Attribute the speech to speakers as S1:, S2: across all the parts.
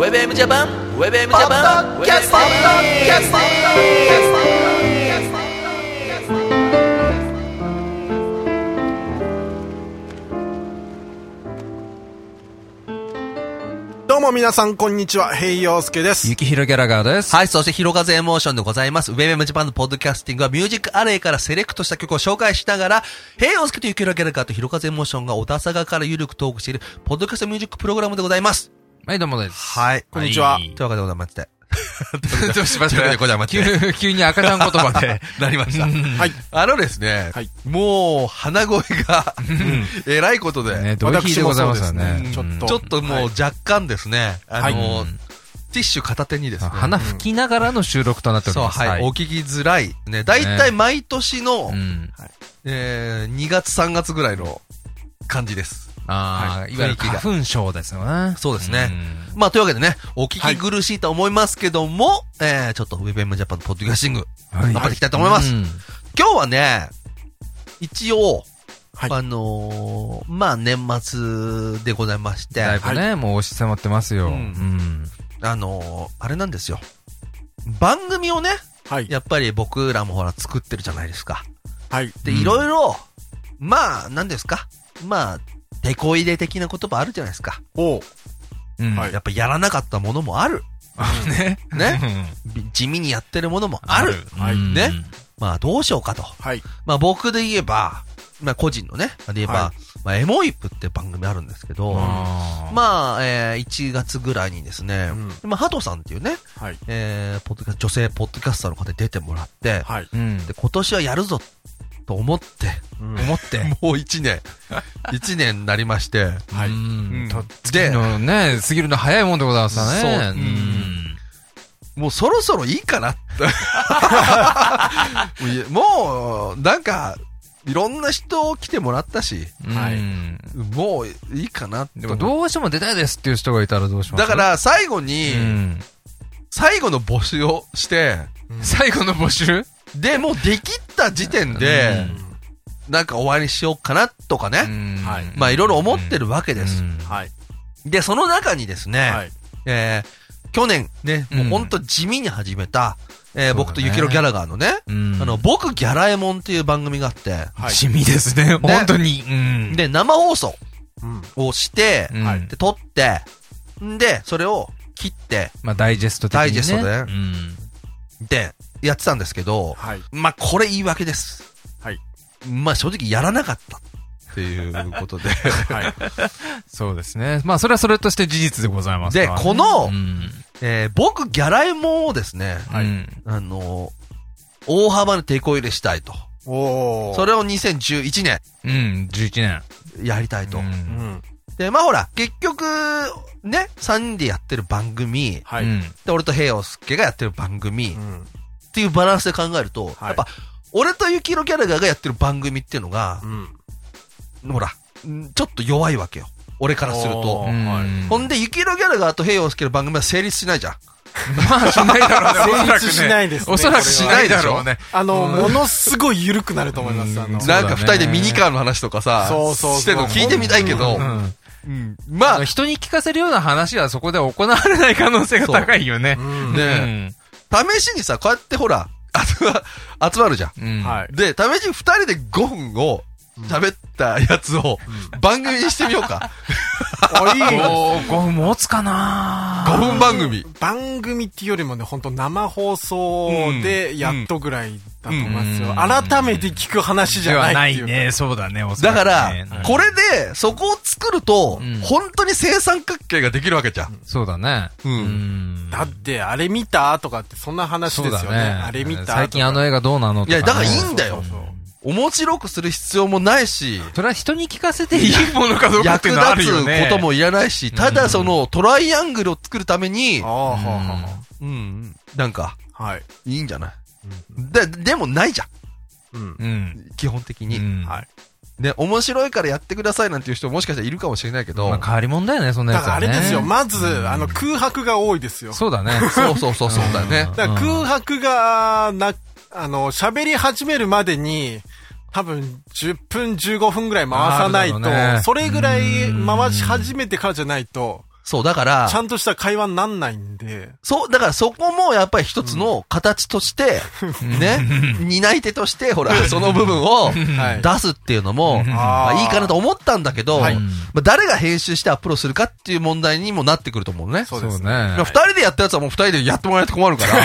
S1: WebM ジャパン WebM ジャパンキャスト
S2: どうも皆さんこんにちは、平洋介です。
S3: ゆきひろギャラガーです。
S1: はい、そしてひろかぜエモーションでございます。WebM ジャパンのポッドキャスティングはミュージックアレイからセレクトした曲を紹介しながら、平洋介とゆきひろギャラガーとひろかぜエモーションがおたさがからゆるくトークしているポッドキャストミュージックプログラムでございます。
S3: はい、どうもです。
S1: はい、
S2: こんにちは。
S1: というわけでございまして。
S3: どうしました急に赤ちゃん言葉で
S1: なりました。
S2: はい。
S1: ですね、
S2: はい、
S1: もう鼻声がえらいことで、
S3: ね、ドイヒーでございますよね。
S1: ちょっともう若干ですね、ティッシュ片手にですね、
S3: 鼻吹きながらの収録となっております。
S1: そう、はい、お聞きづらいね。だいたい毎年の、2月3月ぐらいの感じです。
S3: はい、いわゆる花粉症ですよね。
S1: そうですね。まあ、というわけでね、お聞き苦しいと思いますけども、ちょっと WebM ジャパンのポッドキャスティング、頑張っていきたいと思います。今日はね、一応、まあ、年末でございまして。
S3: だいぶね、もう押し迫ってますよ。
S1: あれなんですよ。番組をね、やっぱり僕らもほら作ってるじゃないですか。
S2: はい。
S1: で、いろいろ、まあ、何ですか。まあ、手こ入れ的な言葉あるじゃないですか。やっぱやらなかったものもある。ね。地味にやってるものもある。ね。まあどうしようかと。まあ僕で言えば、まあ個人のね、で言えば、まあエモイプって番組あるんですけど、まあ、1月ぐらいにですね、まあハトさんっていうね、女性ポッドキャスターの方で出てもらって、で今年はやるぞと思って、もう1年になりまして、
S3: で、ね、過ぎるの早いもんでございますね。
S1: もうそろそろいいかなって。もう、なんか、いろんな人来てもらったし、もういいかなって。
S3: でもどうしても出たいですっていう人がいたらどうします？
S1: だから最後に、最後の募集をして、
S3: 最後の募集
S1: で、もうできった時点で、なんか終わりにしようかなとかね。まあいろいろ思ってるわけです。で、その中にですね、去年ね、もうほんと地味に始めた、僕とゆきろギャラガーのね、僕ギャラえもんっていう番組があって、
S3: 地味ですね、本当に。
S1: で、生放送をして、で、撮って、で、それを切って、
S3: まあダイジェスト的にね。
S1: ダイジェストで、で、やってたんですけど、まあこれ言い訳です。まあ正直やらなかったっていうことで。
S3: そうですね。まあそれはそれとして事実でございます
S1: で、この、僕ギャラえもんをですね、大幅に手こ入れしたいと。それを2011年。
S3: 11年。
S1: やりたいと。で、まあほら、結局、ね、3人でやってる番組、で、俺と平洋介がやってる番組、っていうバランスで考えると、やっぱ、俺とゆきろギャラガーがやってる番組っていうのが、ほら、ちょっと弱いわけよ。俺からすると。ほんで、ゆきろギャラガーと平洋介の番組は成立しないじゃん。
S3: まあ、しないだろうね。
S2: 成立しないですね。
S3: おそらくしないだろうね。
S2: ものすごい緩くなると思います。
S1: なんか二人でミニカーの話とかさ、してるの聞いてみたいけど、
S3: まあ、人に聞かせるような話はそこで行われない可能性が高いよね。
S1: ね試しにさ、こうやってほら、集まるじゃん。で、試しに二人で5分を喋ったやつを番組にしてみようか。
S3: 5分持つかな
S1: ?5 分番組。
S2: 番組っていうよりもね、ほんと生放送でやっとぐらいだと思いますよ。改めて聞く話じゃないっていう。
S3: ないね、そうだね、
S1: だから、これでそこを作ると、本当に正三角形ができるわけじゃん。
S3: そうだね。
S2: だって、あれ見たとかってそんな話ですよね。あれ見た
S3: 最近あの映画どうなのとか。
S1: いや、だからいいんだよ。面白くする必要もないし、
S3: それは人に聞かせていいものかどうかっていうのはあるよね。
S1: 役立つこともいらないし、ただそのトライアングルを作るために、なんか、いいんじゃない？でもないじゃん。基本的に。で、面白いからやってくださいなんていう人もしかしたらいるかもしれないけど。
S3: まあ変わり者だよね、そんなやつはね。
S2: だからあれですよ、まず、空白が多いですよ。
S3: そうだね。
S1: そうだよね。
S2: だから空白が喋り始めるまでに、多分10分15分ぐらい回さないと、それぐらい回し始めてからじゃないと、
S1: そう、だから。
S2: ちゃんとした会話になんないんで。
S1: そう、だからそこもやっぱり一つの形として、ね、担い手として、ほら、その部分を出すっていうのも、まあいいかなと思ったんだけど、まあ誰が編集してアップロードするかっていう問題にもなってくると思うね。
S3: そうですね。
S1: 二人でやったやつはもう二人でやってもらえないと困るから。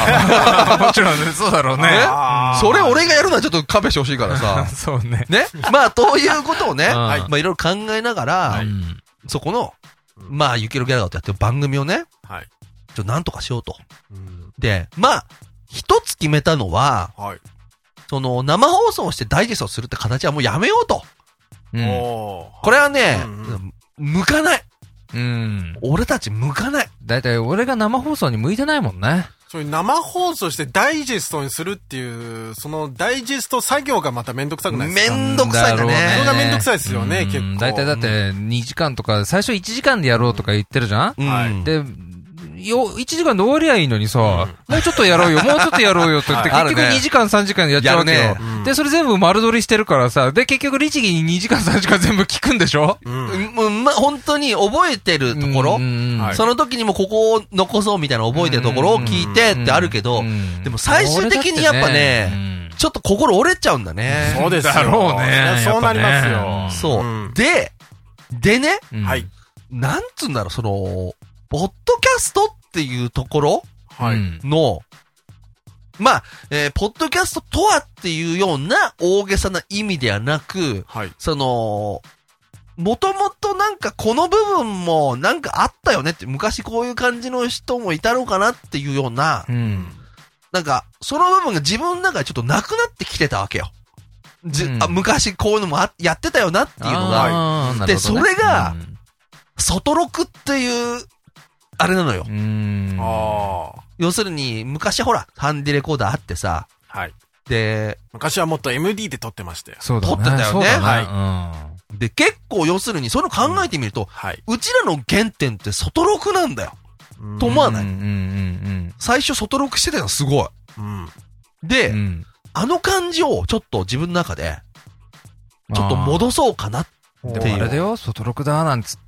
S3: もちろんね、そうだろうね。
S1: それ俺がやるのはちょっと勘弁してほしいからさ。
S3: そうね。
S1: ね。まあ、ということをね、まあいろいろ考えながら、そこの、まあ、ゆきろギャラガーとやってる番組をね、
S2: はい。
S1: なんとかしようと。で、まあ、一つ決めたのは、
S2: はい。
S1: その、生放送をしてダイジェストするって形はもうやめようと。これはね、向かない。俺たち向かない。
S3: だいたい俺が生放送に向いてないもんね。
S2: そういう生放送してダイジェストにするっていう、そのダイジェスト作業がまためんどくさくないですか？
S1: めんどくさいんだね。
S2: それがめんどくさいですよね、結構。
S3: だいたいだって2時間とか、最初1時間でやろうとか言ってるじゃん？はい。で、1時間で終わりゃいいのにさ、もうちょっとやろうよ、もうちょっとやろうよって言って、結局2時間3時間でやっちゃうわけよ。で、それ全部丸撮りしてるからさ、で、結局律儀に2時間3時間全部聞くんでしょ？
S1: 本当に覚えてるところ、その時にもここを残そうみたいな覚えてるところを聞いてってあるけど、でも最終的にやっぱね、ちょっと心折れちゃうんだね。
S2: そうですよ。
S3: だろうね。
S2: そうなります
S1: よ。そう。でね、
S2: はい。
S1: なんつうんだろう、その、ポッドキャストっていうところの、まあ、ポッドキャストとはっていうような大げさな意味ではなく、その、もともとなんかこの部分もなんかあったよねって、昔こういう感じの人もいたのかなっていうような、なんか、その部分が自分の中でちょっとなくなってきてたわけよ。昔こういうのもやってたよなっていうのが、で、それが、外録っていう、あれなのよ。要するに、昔ほら、ハンディレコーダーあってさ。
S2: はい。
S1: で、
S2: 昔はもっと MD で撮ってましたよ。
S1: そうだね。撮ってたよね。はい。で、結構要するに、そういうの考えてみると、うちらの原点って外録なんだよ。と思わない？最初外録してたのすごい。で、あの感じをちょっと自分の中で、ちょっと戻そうかなって。
S3: でもあれだよ、外録だなんつって、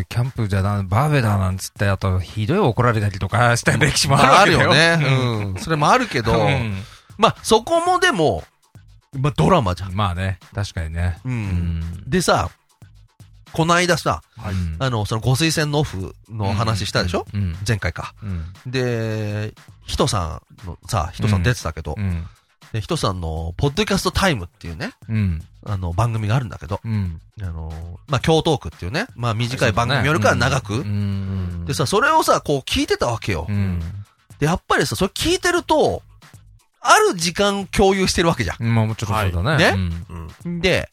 S3: キャンプじゃバーベだなんつって、あとひどい怒られたりとかした歴史もあるわけだよ。
S1: あるよね。それもあるけど、まあそこもでも、まあドラマじゃん。
S3: まあね、確かにね。
S1: でさ、この間さ、そのご推薦のオフの話したでしょ？前回か。で、ヒトさんのさ、ヒトさん出てたけど、で、ヒトさんの、ポッドキャストタイムっていうね、番組があるんだけど、まあ、京都区っていうね、まあ、短い番組よりかは長く、でさ、それをさ、こう聞いてたわけよ。で、やっぱりさ、それ聞いてると、ある時間共有してるわけじゃん。
S3: まあ、もちろんそうだね。
S1: ね。で、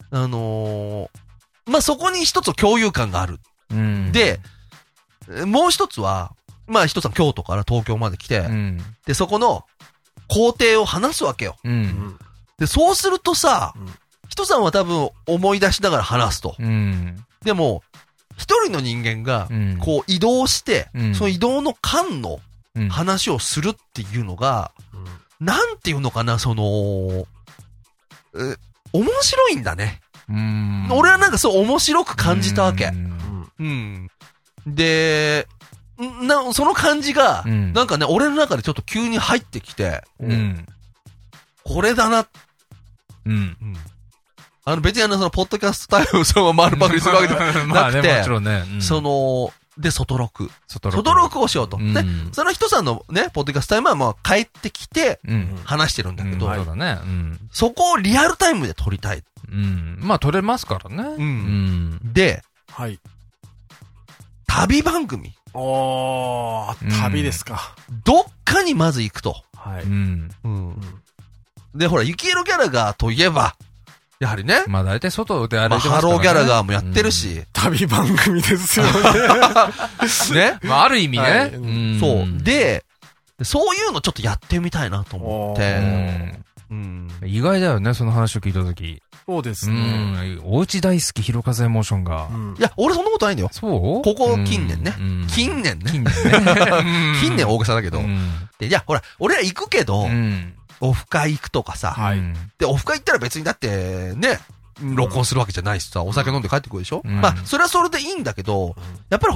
S1: まあ、そこに一つ共有感がある。で、もう一つは、まあ、ヒトさん京都から東京まで来て、で、そこの、工程を話すわけよ。で、そうするとさ、人さんは多分思い出しながら話すと。でも、一人の人間が、こう移動して、その移動の間の話をするっていうのが、なんていうのかな、その、面白いんだね。俺はなんかそう面白く感じたわけ。で、その感じが、なんかね、俺の中でちょっと急に入ってきて、これだな。別にその、ポッドキャストタイムをそのまま丸パクリするわけじゃなくて、その、で、外録をしようと。で、その人さんのね、ポッドキャストタイムはまあ帰ってきて、話してるんだけど、そこをリアルタイムで撮りたい。
S3: まあ撮れますからね。
S1: で、旅番組。
S2: 旅ですか。
S1: どっかにまず行くと。で、ほら、ユキエロギャラガーといえば、やはりね。
S3: まあ大体外で歩いてますからね。
S1: ハローギャラガーもやってるし。
S2: 旅番組ですよね。
S1: ね。
S3: まあある意味ね。
S1: そう。で、そういうのちょっとやってみたいなと思って。
S3: 意外だよね、その話を聞いたとき。
S2: そうですね。
S3: おうち大好き、ひろかずエモーションが。
S1: いや、俺そんなことないんだよ。
S3: そう
S1: ここ近年ね。近年ね。近年大げさだけど。で、いや、ほら、俺ら行くけど、オフ会行くとかさ。で、オフ会行ったら別にだって、ね、録音するわけじゃないしさ、お酒飲んで帰ってくるでしょ？まあ、それはそれでいいんだけど、やっぱりほら、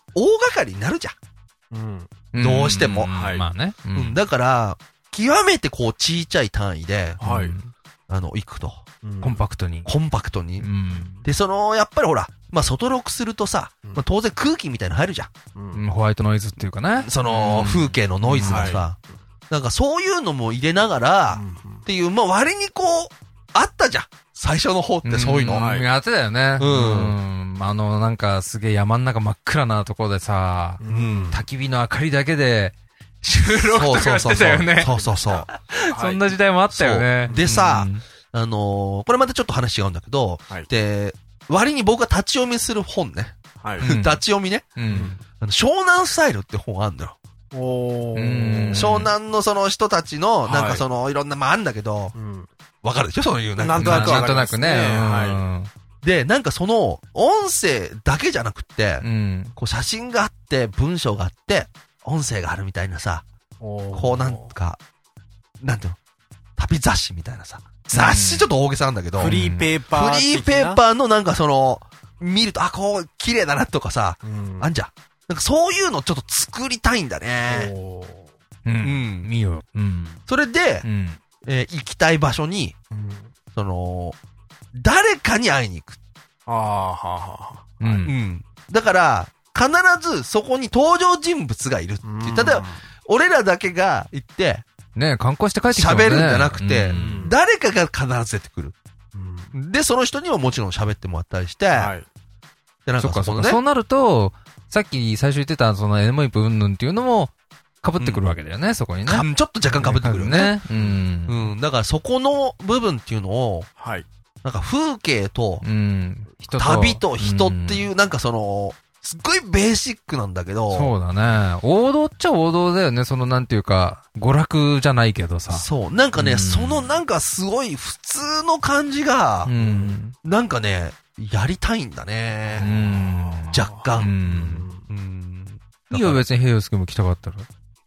S1: 大掛かりになるじゃん。どうしても。
S3: まあね。
S1: だから、極めてこう、ちいちゃい単位で、行くと。
S3: コンパクトに。
S1: で、やっぱりほら、まあ、外録するとさ、まあ、当然空気みたいなの入るじゃ
S3: ん。ホワイトノイズっていうかね。
S1: 風景のノイズがさ、なんかそういうのも入れながら、っていう、まあ、割にこう、あったじゃん。最初の方ってそういうの。
S3: やってたよね。なんかすげえ山ん中真っ暗なところでさ、焚き火の明かりだけで、収録とかしてたよね。
S1: そう。
S3: そんな時代もあったよね。
S1: でさ、これまたちょっと話違うんだけど、で、割に僕が立ち読みする本ね。立ち読みね。湘南スタイルって本あるんだよ。湘南のその人たちの、なんかいろんな、まああんだけど、わかるでしょそういうね。
S2: なんとなく
S3: ね。
S1: で、なんか音声だけじゃなくて、こう写真があって、文章があって、音声があるみたいなさ、こうなんか、なんていうの、旅雑誌みたいなさ、雑誌ちょっと大げさなんだけど、
S2: フリーペーパー。
S1: フリーペーパーのなんか見ると、あ、こう、綺麗だなとかさ、あんじゃん。なんかそういうのちょっと作りたいんだね。
S3: いいよ。
S1: それで、行きたい場所に、誰かに会いに行く。だから、必ずそこに登場人物がいるっていう。例えば、俺らだけが行って、
S3: ね、観光して帰ってきた
S1: 喋るんじゃなくて、誰かが必ず出てくる。で、その人にももちろん喋ってもらったりして、
S3: で、なんかそうなると、さっき最初言ってたNMIP 云々っていうのも、被ってくるわけだよね、そこにね。
S1: ちょっと若干被ってくるよね。だからそこの部分っていうのを、なんか風景と、旅と人っていう、なんかすっごいベーシックなんだけど。
S3: そうだね。王道っちゃ王道だよね。なんていうか、娯楽じゃないけどさ。
S1: そう。なんかね、なんかすごい普通の感じが、なんかね、やりたいんだね。若干。
S3: いいよ、別に平洋介も来たかったら。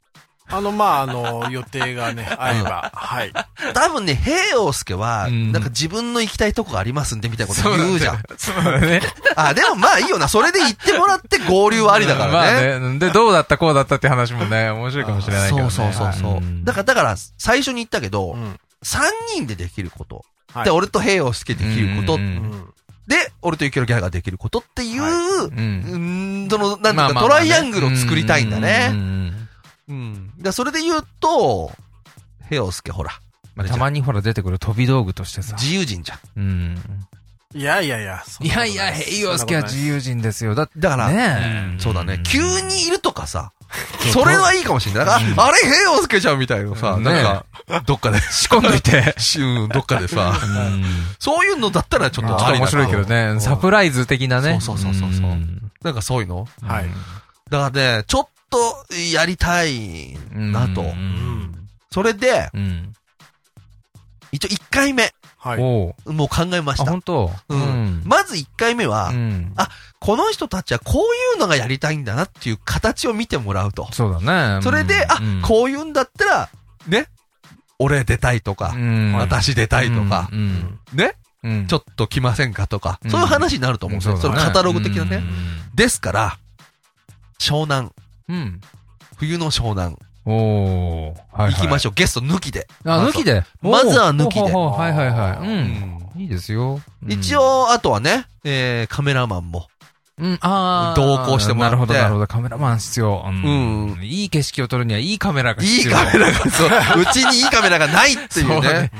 S2: 予定がね、合えば、
S1: 多分ね、平洋介は、なんか自分の行きたいとこがありますんで、みたいなこと言うじゃん。
S3: そうだね。
S1: でもまあいいよな。それで言ってもらって合流はありだからね。まあ
S3: ね。で、どうだったこうだったって話もね、面白いかもしれないけどね。
S1: そう。だから、最初に言ったけど、3人でできること。で、俺と平洋介できること。で、俺とユキロギャラができることっていう、なんていうか、トライアングルを作りたいんだね。それで言うと、平洋介ほら。
S3: たまにほら出てくる飛び道具としてさ。
S1: 自由人じゃん。
S2: いや、
S3: 平洋介は自由人ですよ。だ
S1: からね。そうだね。急にいるとかさ。それはいいかもしれない。あれ平洋介じゃんみたいなさ。なんか、どっかで
S3: 仕込んどいて。
S1: どっかでさ。そういうのだったらちょっと
S3: 面白いけどね。サプライズ的なね。
S1: そう。なんかそういうの。だからね、ちょっとやりたいなと。それで、一応1回目。もう考えました。
S3: 本当。
S1: まず1回目は、この人たちはこういうのがやりたいんだなっていう形を見てもらうと。
S3: そうだね。
S1: それで、こういうんだったら、ね、俺出たいとか、私出たいとか、ね、ちょっと来ませんかとか、そういう話になると思うんですよ。そのカタログ的なね。ですから、湘南。冬の湘南。行きましょう。ゲスト抜きで。
S3: 抜きで
S1: まずは抜きで。
S3: いいですよ。
S1: 一応、あとはね、カメラマンも。同行してもらって。
S3: なるほど。カメラマン必要。いい景色を撮るにはいいカメラが必要。
S1: いいカメラが、そう。うちにいいカメラがないっていうね。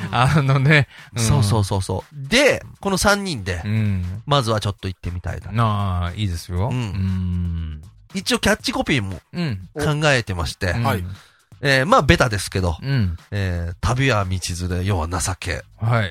S1: そう。で、この3人で、まずはちょっと行ってみたいな。
S3: いいですよ。
S1: 一応キャッチコピーも考えてまして、まあベタですけど、旅は道連れ、世は情け。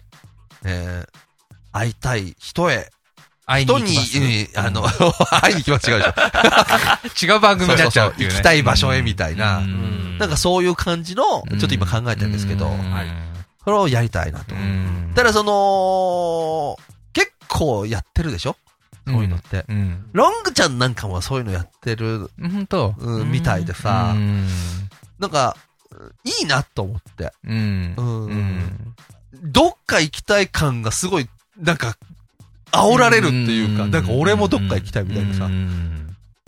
S1: 会いたい人へ、人に、会いに行きます。違うでし
S3: ょ。違う番組になっちゃうっていうね。
S1: 行きたい場所へみたいな、なんかそういう感じの、ちょっと今考えてるんですけど、それをやりたいなと。ただ結構やってるでしょそういうのって。ロングちゃんなんかもそういうのやってる。みたいでさ。なんか、いいなと思って。どっか行きたい感がすごい、なんか、煽られるっていうか、なんか俺もどっか行きたいみたいなさ。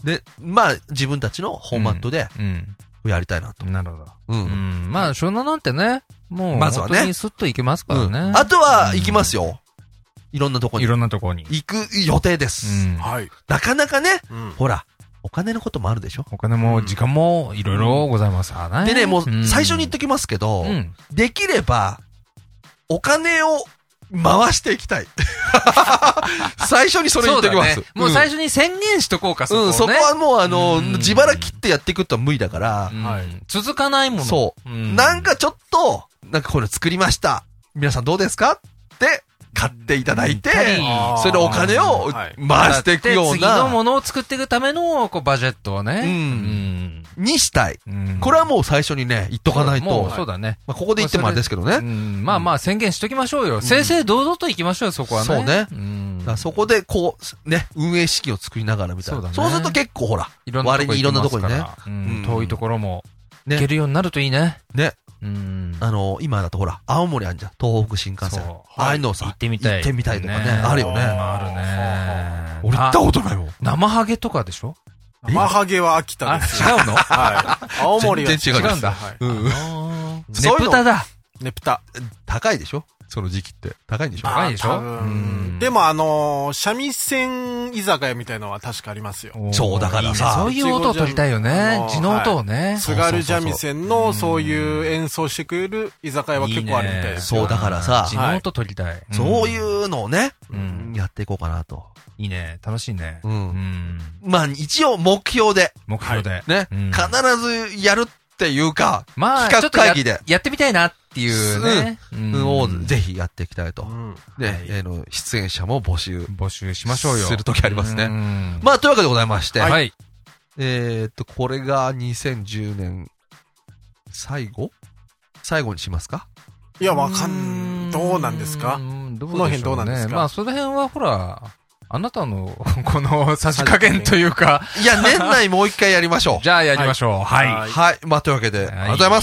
S1: で、まあ、自分たちのフォーマットで、やりたいなと。
S3: なるほど。まあ、湘南なんてね、もう、まずはね。本当にスッと行けますからね。
S1: あとは、行きますよ。いろんなとこに。
S3: いろんなとこに。
S1: 行く予定です。はい。なかなかね、ほら、お金のこともあるでしょ？
S3: お金も時間もいろいろございますからね。
S1: でね、もう最初に言っときますけど、できれば、お金を回していきたい。最初にそれ言っときます。
S3: もう最初に宣言しとこうか、
S1: そこね。そこはもう自腹切ってやっていくとは無理だから、
S3: 続かないもの。
S1: そう。なんかちょっと、なんかこれ作りました。皆さんどうですかって買っていただいて、それでお金を回していくような。
S3: 次のものを作っていくための、バジェットを
S1: ね。にしたい。これはもう最初にね、言っとかないと。
S3: そうだね。
S1: ここで言ってもあれですけどね。
S3: まあまあ宣言しときましょうよ。正々堂々と行きましょうよ、そこはね。
S1: そうね。そこでこう、ね、運営資金を作りながらみたいな。そうすると結構ほら、割にいろんなところにね。
S3: 遠いところも、行けるようになるといいね。
S1: ね。今だとほら、青森あんじゃん。東北新幹線。ああいうのさ、
S3: 行ってみたい。
S1: 行ってみたいとかね。あるよね。
S3: あるね。
S1: 俺行ったことないもん。
S3: 生ハゲとかでしょ？
S2: 生ハゲは秋田です。
S3: 違うの？
S2: はい。青森は
S1: 全然違うん
S3: だ。ねぷただ。
S2: ねぷた。
S1: 高いでしょ？その時期って。高いんでしょ？
S3: 高いでしょ？
S2: でも三味線居酒屋みたいなのは確かありますよ。
S1: そう、だからさ。
S3: そういう音を取りたいよね。地の音をね。
S2: 津軽三味線のそういう演奏してくれる居酒屋は結構あるみたいですよ。
S1: そう、だからさ。
S3: 地の音取りたい。
S1: そういうのをね、やっていこうかなと。
S3: いいね。楽しいね。
S1: まあ、一応目標で。
S3: 目標で。
S1: ね。必ずやるっていうか、
S3: まあ、
S1: 企画会議で。
S3: やってみたいなっていうね。
S1: をぜひやっていきたいと。で、出演者も募集しましょうよ。するときありますね。まあ、というわけでございまして。はい。これが2010年最後にしますか？
S2: いや、どうなんですか？この辺どうなんですか？
S3: まあ、その辺はほら、あなたの、この差し加減というか。
S1: いや、年内もう一回やりましょう。
S3: じゃあやりましょう。はい。
S1: はい。まあ、というわけで、ありがとうございます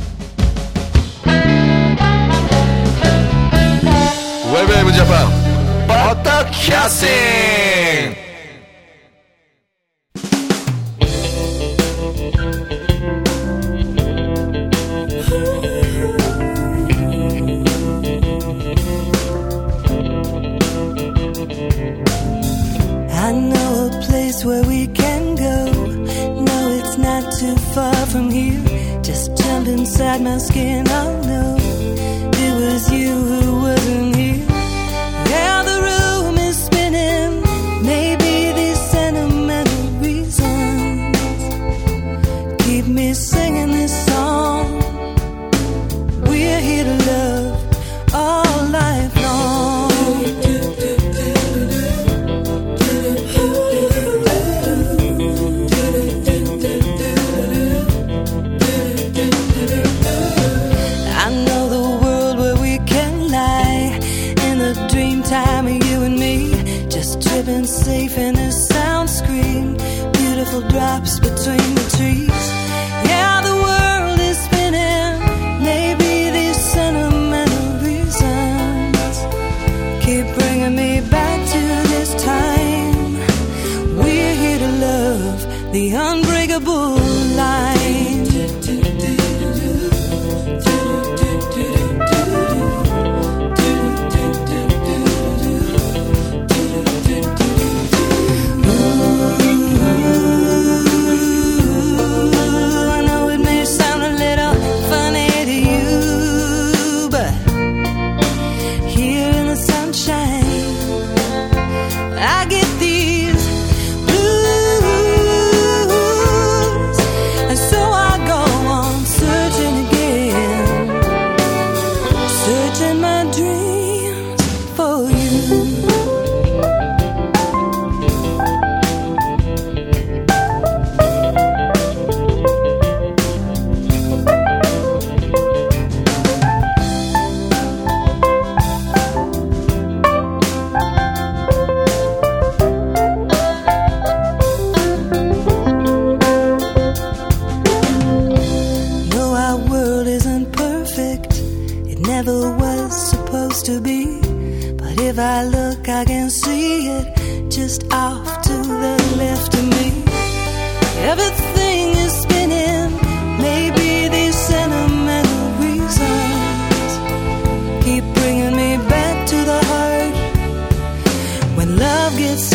S1: 。WebM Japan、ポッドキャスティング
S4: where we can go. No, it's not too far from here. Just jump inside my skin. I'll know it was you who wasn't here. Yeah, the room is spinning. Maybe these sentimental reasons keep me singing this song. We're here to love all life long. Tripping safe in a sound screen. Beautiful drops between the trees. Yeah, the world is spinning. Maybe these sentimental reasons keep bringing me back to this time. We're here to love the unbreakable line. If I look, I can see it just off to the left of me. everything is spinning. Maybe these sentimental reasons keep bringing me back to the heart. When love gets